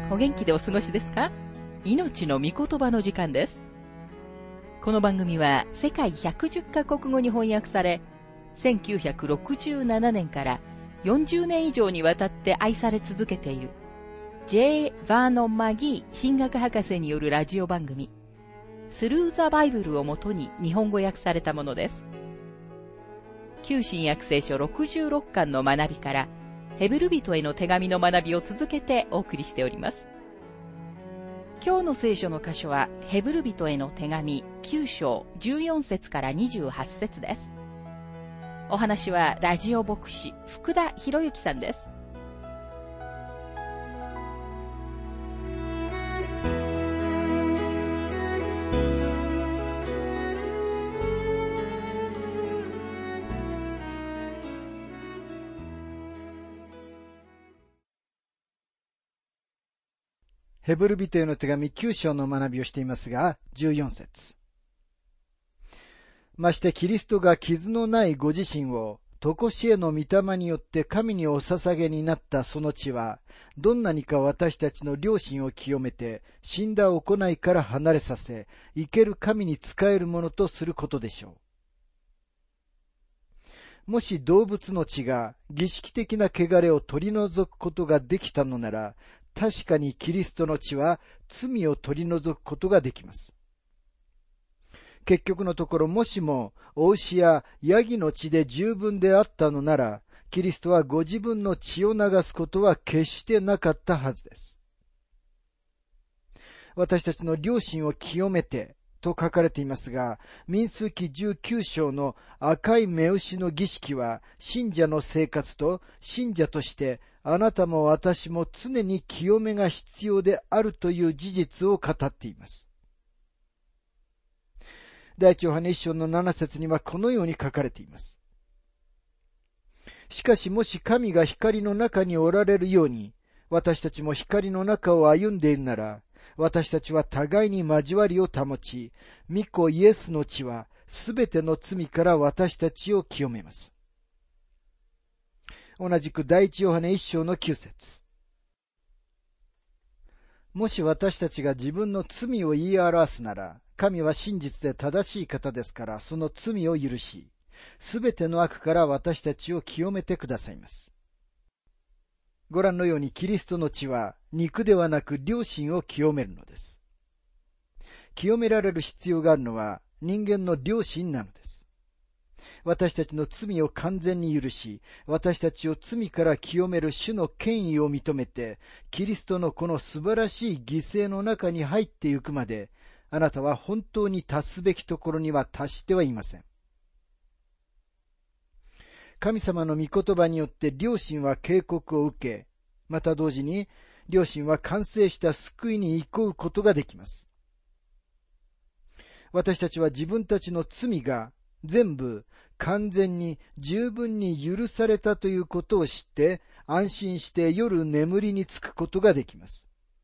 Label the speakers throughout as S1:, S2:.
S1: お元気でお過ごしですか？命の御言葉の時間です。この番組は世界110カ国語に翻訳され、1967年から40年以上にわたって愛され続けている J. バーノン・マギー神学博士によるラジオ番組、スルー・ザ・バイブルをもとに日本語訳されたものです。旧新約聖書66巻の学びから、ヘブル人への手紙の学びを続けてお送りしております。今日の聖書の箇所は、ヘブル人への手紙9章14節から28節です。お話はラジオ牧師福田博之さんです。
S2: ヘブル人への手紙9章の学びをしていますが、14節。ましてキリストが傷のないご自身を、常しえの御霊によって神にお捧げになったその地は、どんなにか私たちの良心を清めて、死んだ行いから離れさせ、生ける神に仕えるものとすることでしょう。もし動物の血が儀式的な汚れを取り除くことができたのなら、確かにキリストの血は罪を取り除くことができます。結局のところ、もしもお牛やヤギの血で十分であったのなら、キリストはご自分の血を流すことは決してなかったはずです。私たちの良心を清めてと書かれていますが、民数記19章の赤い目牛の儀式は、信者の生活と信者としてあなたも私も常に清めが必要であるという事実を語っています。第一ヨハネ1章の7節にはこのように書かれています。しかしもし神が光の中におられるように、私たちも光の中を歩んでいるなら、私たちは互いに交わりを保ち、御子イエスの血はすべての罪から私たちを清めます。同じく第一ヨハネ1章の9節。もし私たちが自分の罪を言い表すなら、神は真実で正しい方ですから、その罪を許し、すべての悪から私たちを清めてくださいます。ご覧のようにキリストの血は肉ではなく良心を清めるのです。清められる必要があるのは人間の良心なのです。私たちの罪を完全に許し、私たちを罪から清める主の権威を認めて、キリストのこの素晴らしい犠牲の中に入ってゆくまで、あなたは本当に達すべきところには達してはいません。神様の御言葉によって良心は警告を受け、また同時に良心は完成した救いに移うことができます。私たちは自分たちの罪が全部完全に十分に許されたということを知って安心して夜眠りにつくことができます。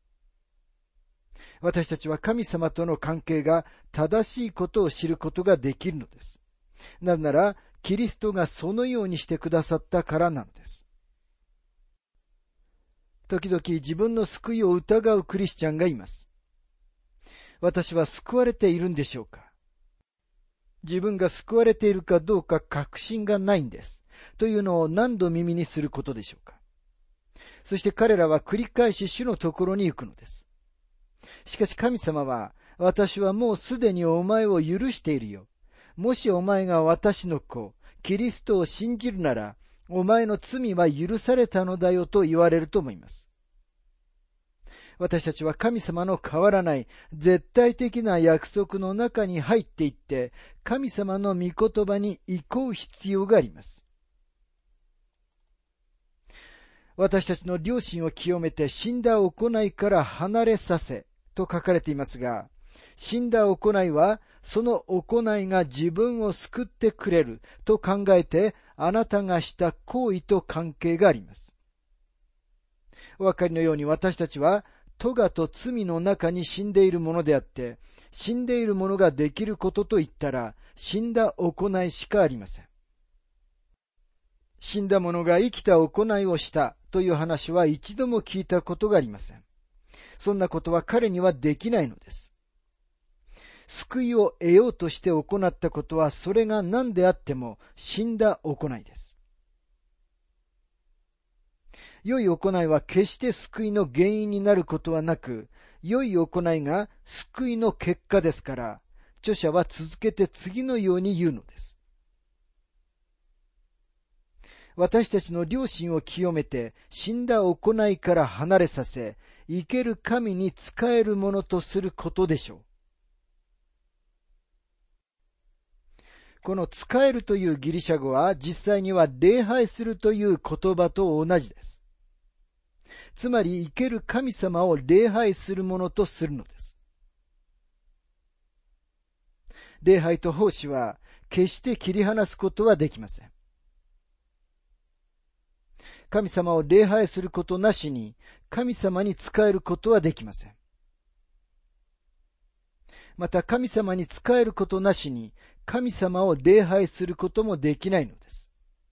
S2: 私たちは神様との関係が正しいことを知ることができるのです。なぜならキリストがそのようにしてくださったからなのです。時々自分の救いを疑うクリスチャンがいます。私は救われているんでしょうか？自分が救われているかどうか確信がないんです。というのを何度耳にすることでしょうか。そして彼らは繰り返し主のところに行くのです。しかし神様は、私はもうすでにお前を許しているよ。もしお前が私の子、キリストを信じるなら、お前の罪は許されたのだよと言われると思います。私たちは神様の変わらない絶対的な約束の中に入っていって、神様の御言葉に移行必要があります。私たちの良心を清めて死んだ行いから離れさせと書かれていますが、死んだ行いはその行いが自分を救ってくれると考えてあなたがした行為と関係があります。お分かりのように私たちは咎と罪の中に死んでいるものであって、死んでいるものができることといったら死んだ行いしかありません。死んだ者が生きた行いをしたという話は一度も聞いたことがありません。 そんなことは彼にはできないのです。救いを得ようとして行ったことは、それが何であっても死んだ行いです。良い行いは決して救いの原因になることはなく、良い行いが救いの結果ですから、著者は続けて次のように言うのです。私たちの良心を清めて、死んだ行いから離れさせ、生ける神に仕えるものとすることでしょう。この仕えるというギリシャ語は実際には礼拝するという言葉と同じです。つまり生ける神様を礼拝するものとするのです。礼拝と奉仕は決して切り離すことはできません。神様を礼拝することなしに神様に仕えることはできません。また神様に仕えることなしに神様を礼拝することもできないのです。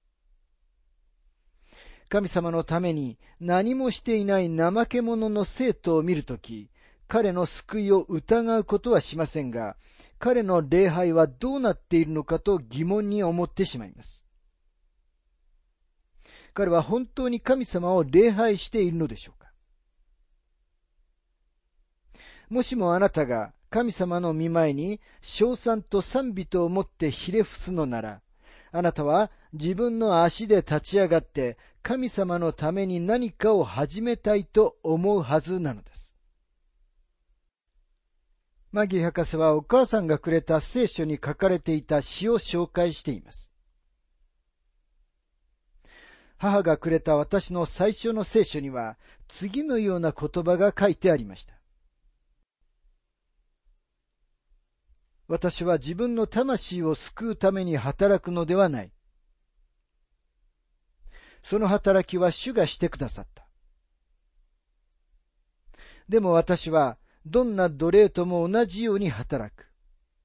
S2: 神様のために何もしていない怠け者の生徒を見るとき、彼の救いを疑うことはしませんが、彼の礼拝はどうなっているのかと疑問に思ってしまいます。彼は本当に神様を礼拝しているのでしょうか。もしもあなたが神様の御前に称賛と賛美とをもってひれ伏すのなら、あなたは自分の足で立ち上がって神様のために何かを始めたいと思うはずなのです。マギー博士はお母さんがくれた聖書に書かれていた詩を紹介しています。母がくれた私の最初の聖書には次のような言葉が書いてありました。私は自分の魂を救うために働くのではない。その働きは主がしてくださった。でも私はどんな奴隷とも同じように働く。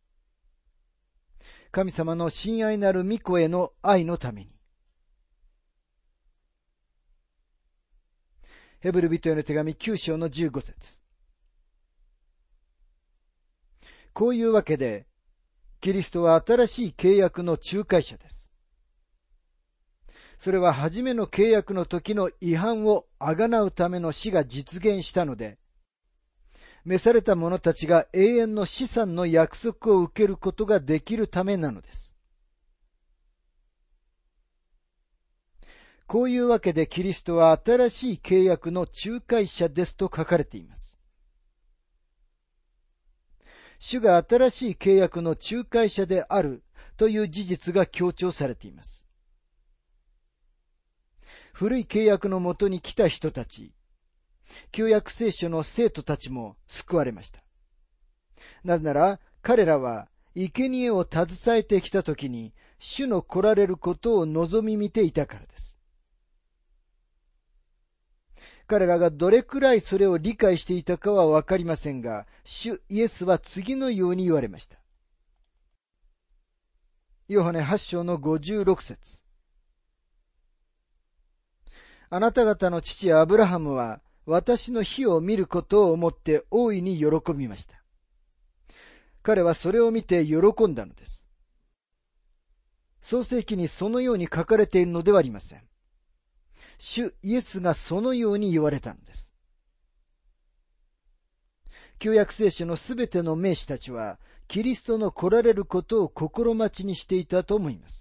S2: 神様の親愛なる御子への愛のために。ヘブル人への手紙9章の15節。こういうわけで、キリストは新しい契約の仲介者です。それは初めの契約の時の違反をあがなうための死が実現したので、召された者たちが永遠の資産の約束を受けることができるためなのです。こういうわけでキリストは新しい契約の仲介者ですと書かれています。主が新しい契約の仲介者であるという事実が強調されています。古い契約のもとに来た人たち、旧約聖書の生徒たちも救われました。なぜなら彼らは生贄を携えてきたときに主の来られることを望み見ていたからです。彼らがどれくらいそれを理解していたかはわかりませんが、主イエスは次のように言われました。ヨハネ8章の56節。あなた方の父アブラハムは私の日を見ることを思って大いに喜びました。彼はそれを見て喜んだのです。創世記にそのように書かれているのではありません。主イエスがそのように言われたのです。旧約聖書のすべての名士たちは、キリストの来られることを心待ちにしていたと思います。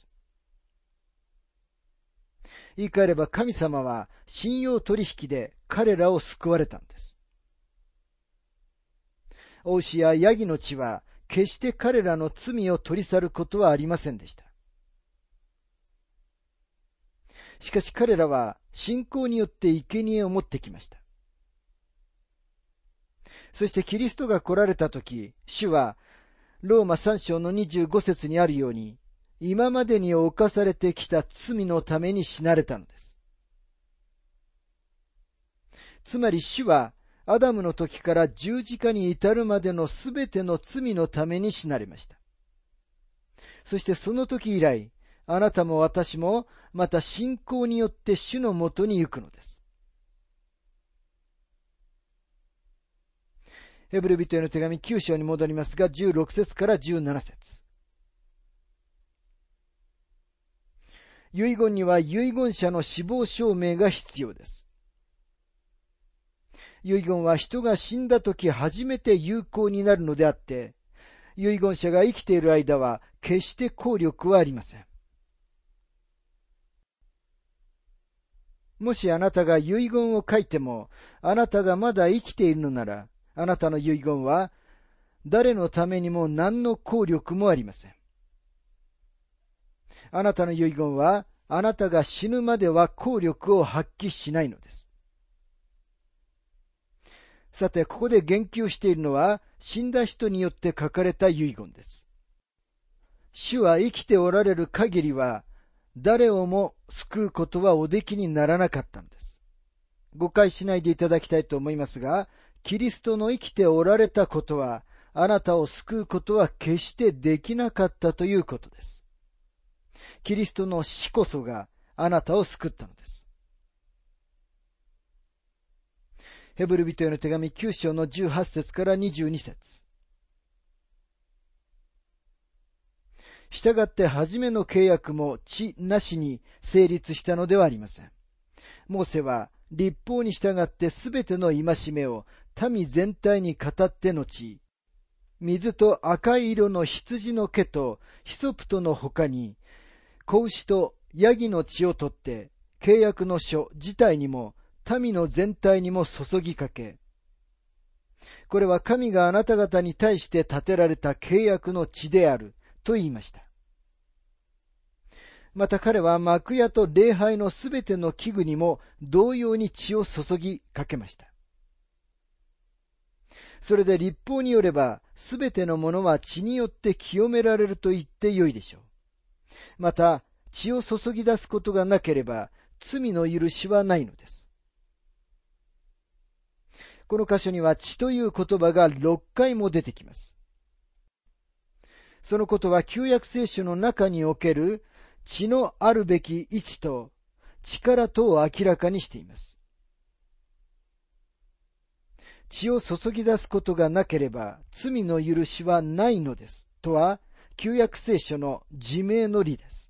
S2: 言い換えれば神様は信用取引で彼らを救われたのです。王子やヤギの血は決して彼らの罪を取り去ることはありませんでした。しかし彼らは信仰によって生贄を持ってきました。そしてキリストが来られたとき、主はローマ3章の25節にあるように、今までに犯されてきた罪のために死なれたのです。つまり主はアダムの時から十字架に至るまでのすべての罪のために死なれました。そしてその時以来、あなたも私もまた信仰によって主のもとに行くのです。 ヘブル人への手紙9章に戻りますが、16節から17節。遺言には遺言者の死亡証明が必要です。遺言は人が死んだとき初めて有効になるのであって、遺言者が生きている間は決して効力はありません。もしあなたが遺言を書いても、あなたがまだ生きているのなら、あなたの遺言は誰のためにも何の効力もありません。あなたの遺言は、あなたが死ぬまでは効力を発揮しないのです。さて、ここで言及しているのは、死んだ人によって書かれた遺言です。主は生きておられる限りは、誰をも救うことはおできにならなかったのです。誤解しないでいただきたいと思いますが、キリストの生きておられたことは、あなたを救うことは決してできなかったということです。キリストの死こそがあなたを救ったのです。ヘブル人への手紙9章の18節から22節。したがって初めの契約も血なしに成立したのではありません。モーセは律法に従ってすべての戒めを民全体に語って後、水と赤い色の羊の毛とヒソプトの他に、子牛とヤギの血を取って、契約の書自体にも、民の全体にも注ぎかけ、これは神があなた方に対して立てられた契約の血である、と言いました。また彼は幕屋と礼拝のすべての器具にも同様に血を注ぎかけました。それで律法によれば、すべてのものは血によって清められると言ってよいでしょう。また、血を注ぎ出すことがなければ、罪の許しはないのです。この箇所には血という言葉が6回も出てきます。そのことは旧約聖書の中における血のあるべき位置と力とを明らかにしています。血を注ぎ出すことがなければ罪の許しはないのですとは旧約聖書の自明の理です。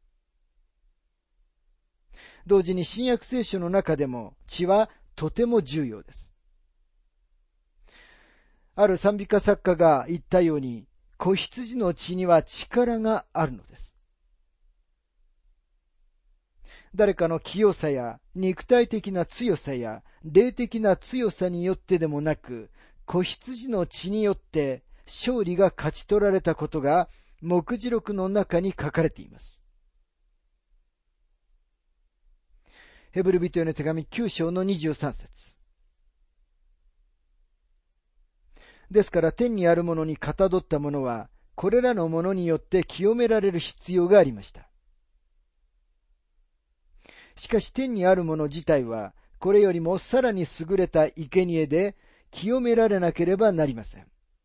S2: 同時に新約聖書の中でも血はとても重要です。ある賛美歌作家が言ったように、子羊の血には力があるのです。誰かの清さや肉体的な強さや霊的な強さによってでもなく、子羊の血によって勝利が勝ち取られたことが黙示録の中に書かれています。ヘブル人への手紙9章の23節。ですから天にあるものにかたどったものは、これらのものによって清められる必要がありました。しかし天にあるもの自体は、これよりもさらに優れた生贄で清められなければなりません。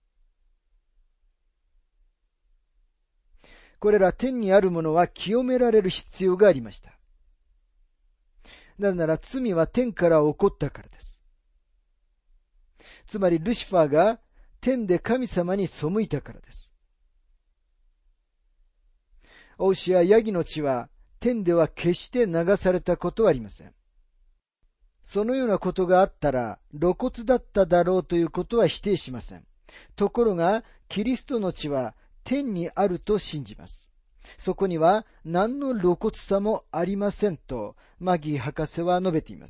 S2: これら天にあるものは清められる必要がありました。なぜなら罪は天から起こったからです。つまりルシファーが天で神様に背いたからです。お牛やヤギの血は天では決して流されたことはありません。そのようなことがあったら露骨だっただろうということは否定しません。ところがキリストの血は天にあると信じます。そこには何の露骨さもありませんとマギー博士は述べています。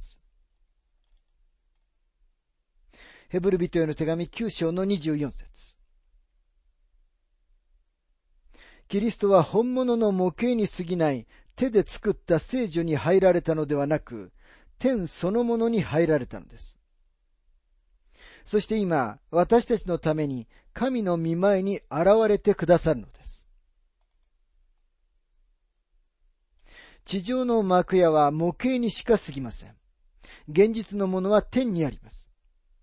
S2: ヘブル人への手紙9章の24節。キリストは本物の模型に過ぎない手で作った聖女に入られたのではなく、天そのものに入られたのです。そして今、私たちのために神の御前に現れてくださるのです。地上の幕屋は模型にしか過ぎません。現実のものは天にあります。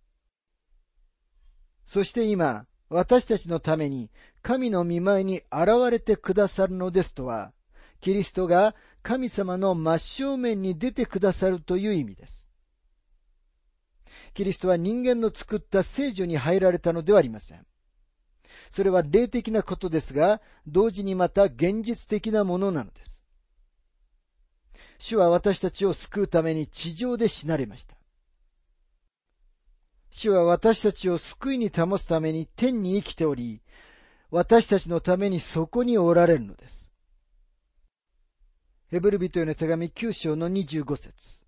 S2: そして今、私たちのために神の御前に現れてくださるのですとは、キリストが神様の真正面に出てくださるという意味です。 キリストは人間の作った聖女に入られたのではありません。それは霊的なことですが、同時にまた現実的なものなのです。主は私たちを救うために地上で死なれました。主は私たちを救いに保つために天に生きており、私たちのためにそこにおられるのです。ヘブル人への手紙9章の25節。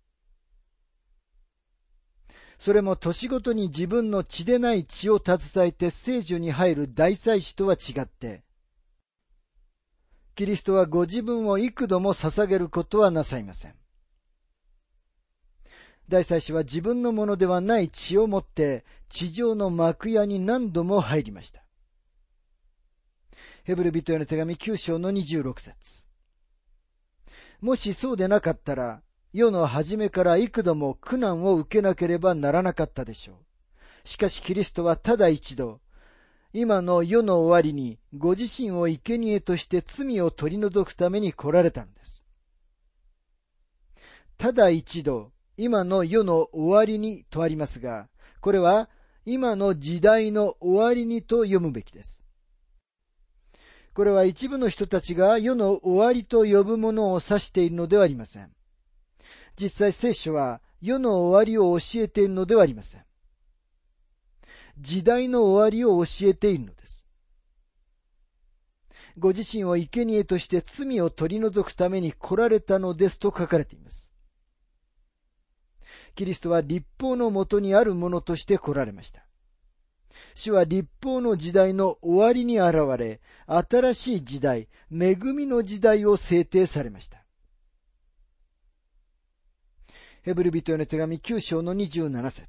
S2: それも年ごとに自分の血でない血を携えて聖所に入る大祭司とは違って、キリストはご自分を幾度も捧げることはなさいません。大祭司は自分のものではない血を持って地上の幕屋に何度も入りました。ヘブル人への手紙9章の26節。もしそうでなかったら、世の初めから幾度も苦難を受けなければならなかったでしょう。しかしキリストはただ一度、今の世の終わりにご自身を生贄として罪を取り除くために来られたのです。ただ一度、今の世の終わりにとありますが、これは今の時代の終わりにと読むべきです。これは一部の人たちが世の終わりと呼ぶものを指しているのではありません。実際聖書は世の終わりを教えているのではありません。時代の終わりを教えているのです。ご自身を生贄として罪を取り除くために来られたのですと書かれています。キリストは律法のもとにあるものとして来られました。主は律法の時代の終わりに現れ、新しい時代、恵みの時代を制定されました。ヘブル人への手紙9章の27節。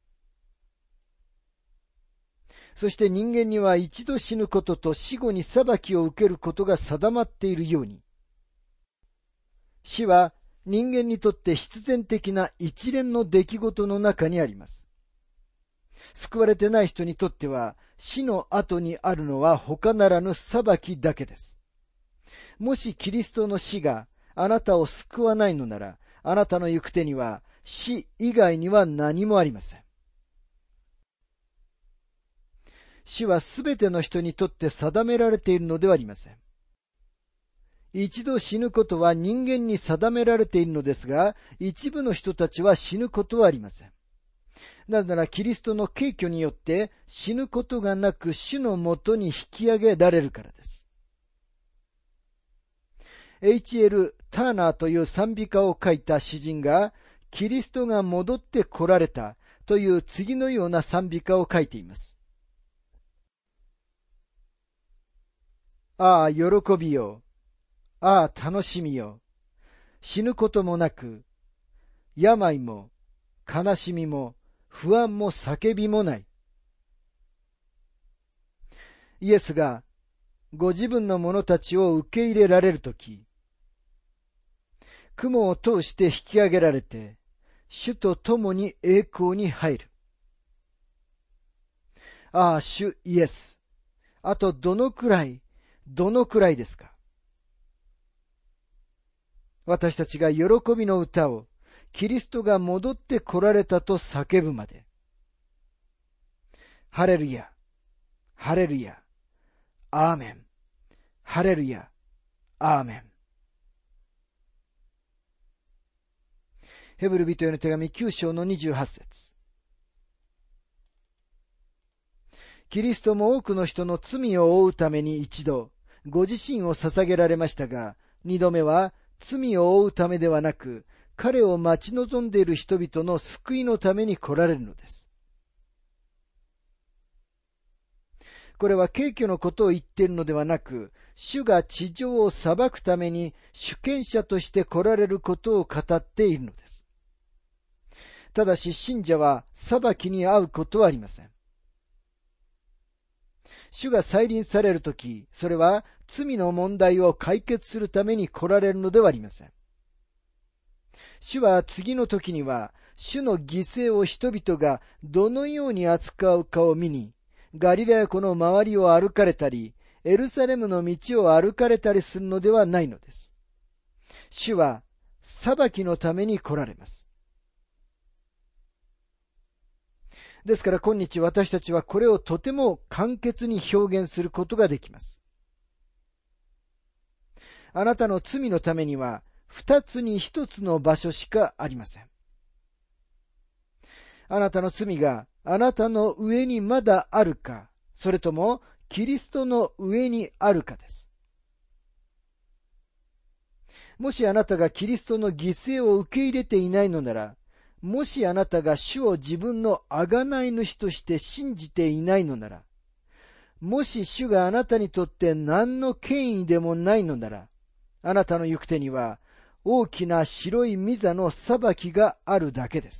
S2: そして人間には一度死ぬことと死後に裁きを受けることが定まっているように、死は人間にとって必然的な一連の出来事の中にあります。救われてない人にとっては、死の後にあるのは他ならぬ裁きだけです。もしキリストの死があなたを救わないのなら、あなたの行く手には死以外には何もありません。死はすべての人にとって定められているのではありません。一度死ぬことは人間に定められているのですが、一部の人たちは死ぬことはありません。なぜならキリストの敬虚によって死ぬことがなく主のもとに引き上げられるからです。H.L. ターナーという賛美歌を書いた詩人が、キリストが戻って来られたという次のような賛美歌を書いています。ああ、喜びよ。ああ、楽しみよ。死ぬこともなく、病も悲しみも不安も叫びもない。イエスがご自分の者たちを受け入れられるとき、雲を通して引き上げられて、主と共に栄光に入る。ああ、主イエス。あとどのくらいですか。私たちが喜びの歌をキリストが戻って来られたと叫ぶまで。ハレルヤ、ハレルヤ、アーメン、ハレルヤ、アーメン。ヘブル人への手紙9章の28節。キリストも多くの人の罪を負うために一度、ご自身を捧げられましたが、二度目は罪を負うためではなく、彼を待ち望んでいる人々の救いのために来られるのです。これは敬虚のことを言っているのではなく、主が地上を裁くために主権者として来られることを語っているのです。ただし信者は裁きに遭うことはありません。主が再臨されるとき、それは罪の問題を解決するために来られるのではありません。主は次の時には、主の犠牲を人々がどのように扱うかを見に、ガリラヤ湖の周りを歩かれたり、エルサレムの道を歩かれたりするのではないのです。主は裁きのために来られます。 ですから今日私たちはこれをとても簡潔に表現することができます。あなたの罪のためには二つに一つの場所しかありません。あなたの罪があなたの上にまだあるか、それともキリストの上にあるかです。もしあなたがキリストの犠牲を受け入れていないのなら、もしあなたが主を自分の贖い主として信じていないのなら、もし主があなたにとって何の権威でもないのなら、あなたの行く手には大きな白い御座の裁きがあるだけです。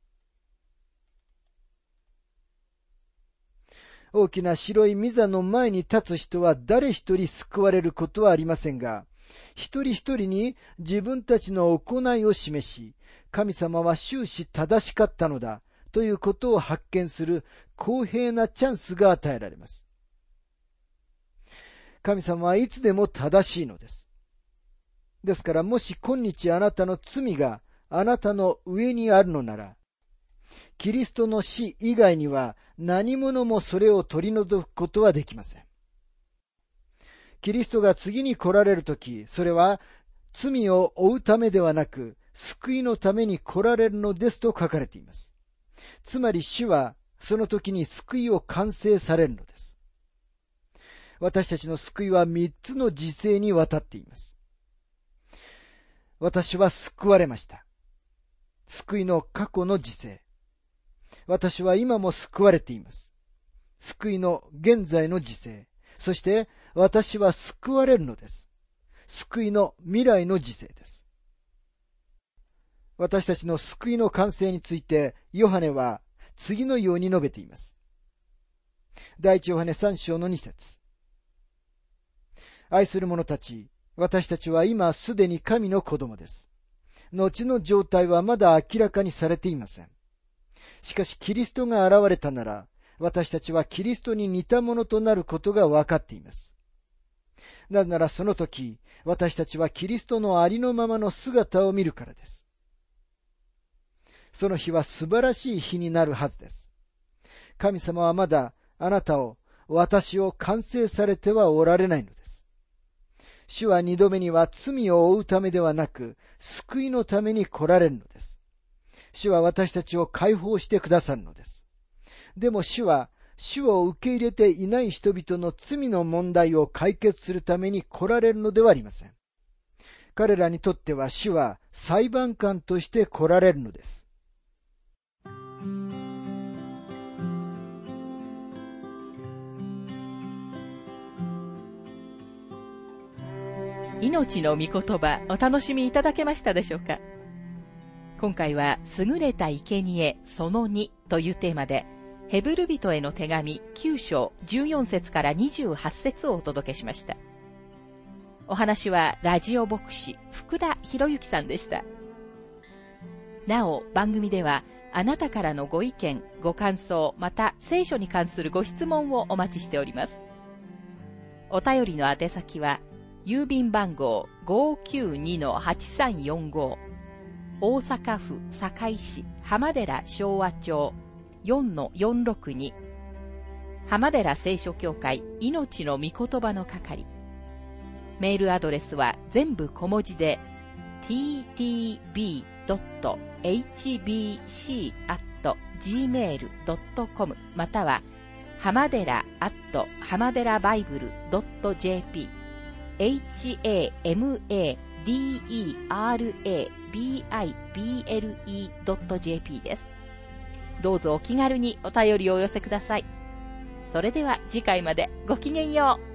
S2: 大きな白い御座の前に立つ人は誰一人救われることはありませんが、一人一人に自分たちの行いを示し、神様は終始正しかったのだということを発見する公平なチャンスが与えられます。神様はいつでも正しいのです。ですからもし今日あなたの罪があなたの上にあるのなら、キリストの死以外には何者もそれを取り除くことはできません。キリストが次に来られるとき、それは罪を負うためではなく、救いのために来られるのですと書かれています。つまり主はその時に救いを完成されるのです。私たちの救いは3つの時世にわたっています。私は救われました。救いの過去の時世。私は今も救われています。救いの現在の時世。そして私は救われるのです。救いの未来の時世です。私たちの救いの完成についてヨハネは次のように述べています。第一ヨハネ3章の2節。愛する者たち、私たちは今すでに神の子供です。後の状態はまだ明らかにされていません。しかしキリストが現れたなら、私たちはキリストに似たものとなることが分かっています。なぜならその時、私たちはキリストのありのままの姿を見るからです。その日は素晴らしい日になるはずです。神様はまだあなたを、私を完成されてはおられないのです。主は二度目には罪を負うためではなく、救いのために来られるのです。主は私たちを解放してくださるのです。でも主は、主を受け入れていない人々の罪の問題を解決するために来られるのではありません。彼らにとっては主は裁判官として来られるのです。
S1: 命の御言葉、お楽しみいただけましたでしょうか。今回は優れた生贄その2というテーマで、ヘブル人への手紙9章14節から28節をお届けしました。お話はラジオ牧師福田博之さんでした。なお番組ではあなたからのご意見、ご感想、また聖書に関するご質問をお待ちしております。お便りの宛先は郵便番号 592-8345 大阪府堺市浜寺昭和町 4-462 浜寺聖書協会命の御言葉の係。メールアドレスは全部小文字で ttb.hbc@gmail.com または浜寺@hamaderabible.jp hamaderabible.jp です。どうぞお気軽にお便りをお寄せください。それでは次回までごきげんよう。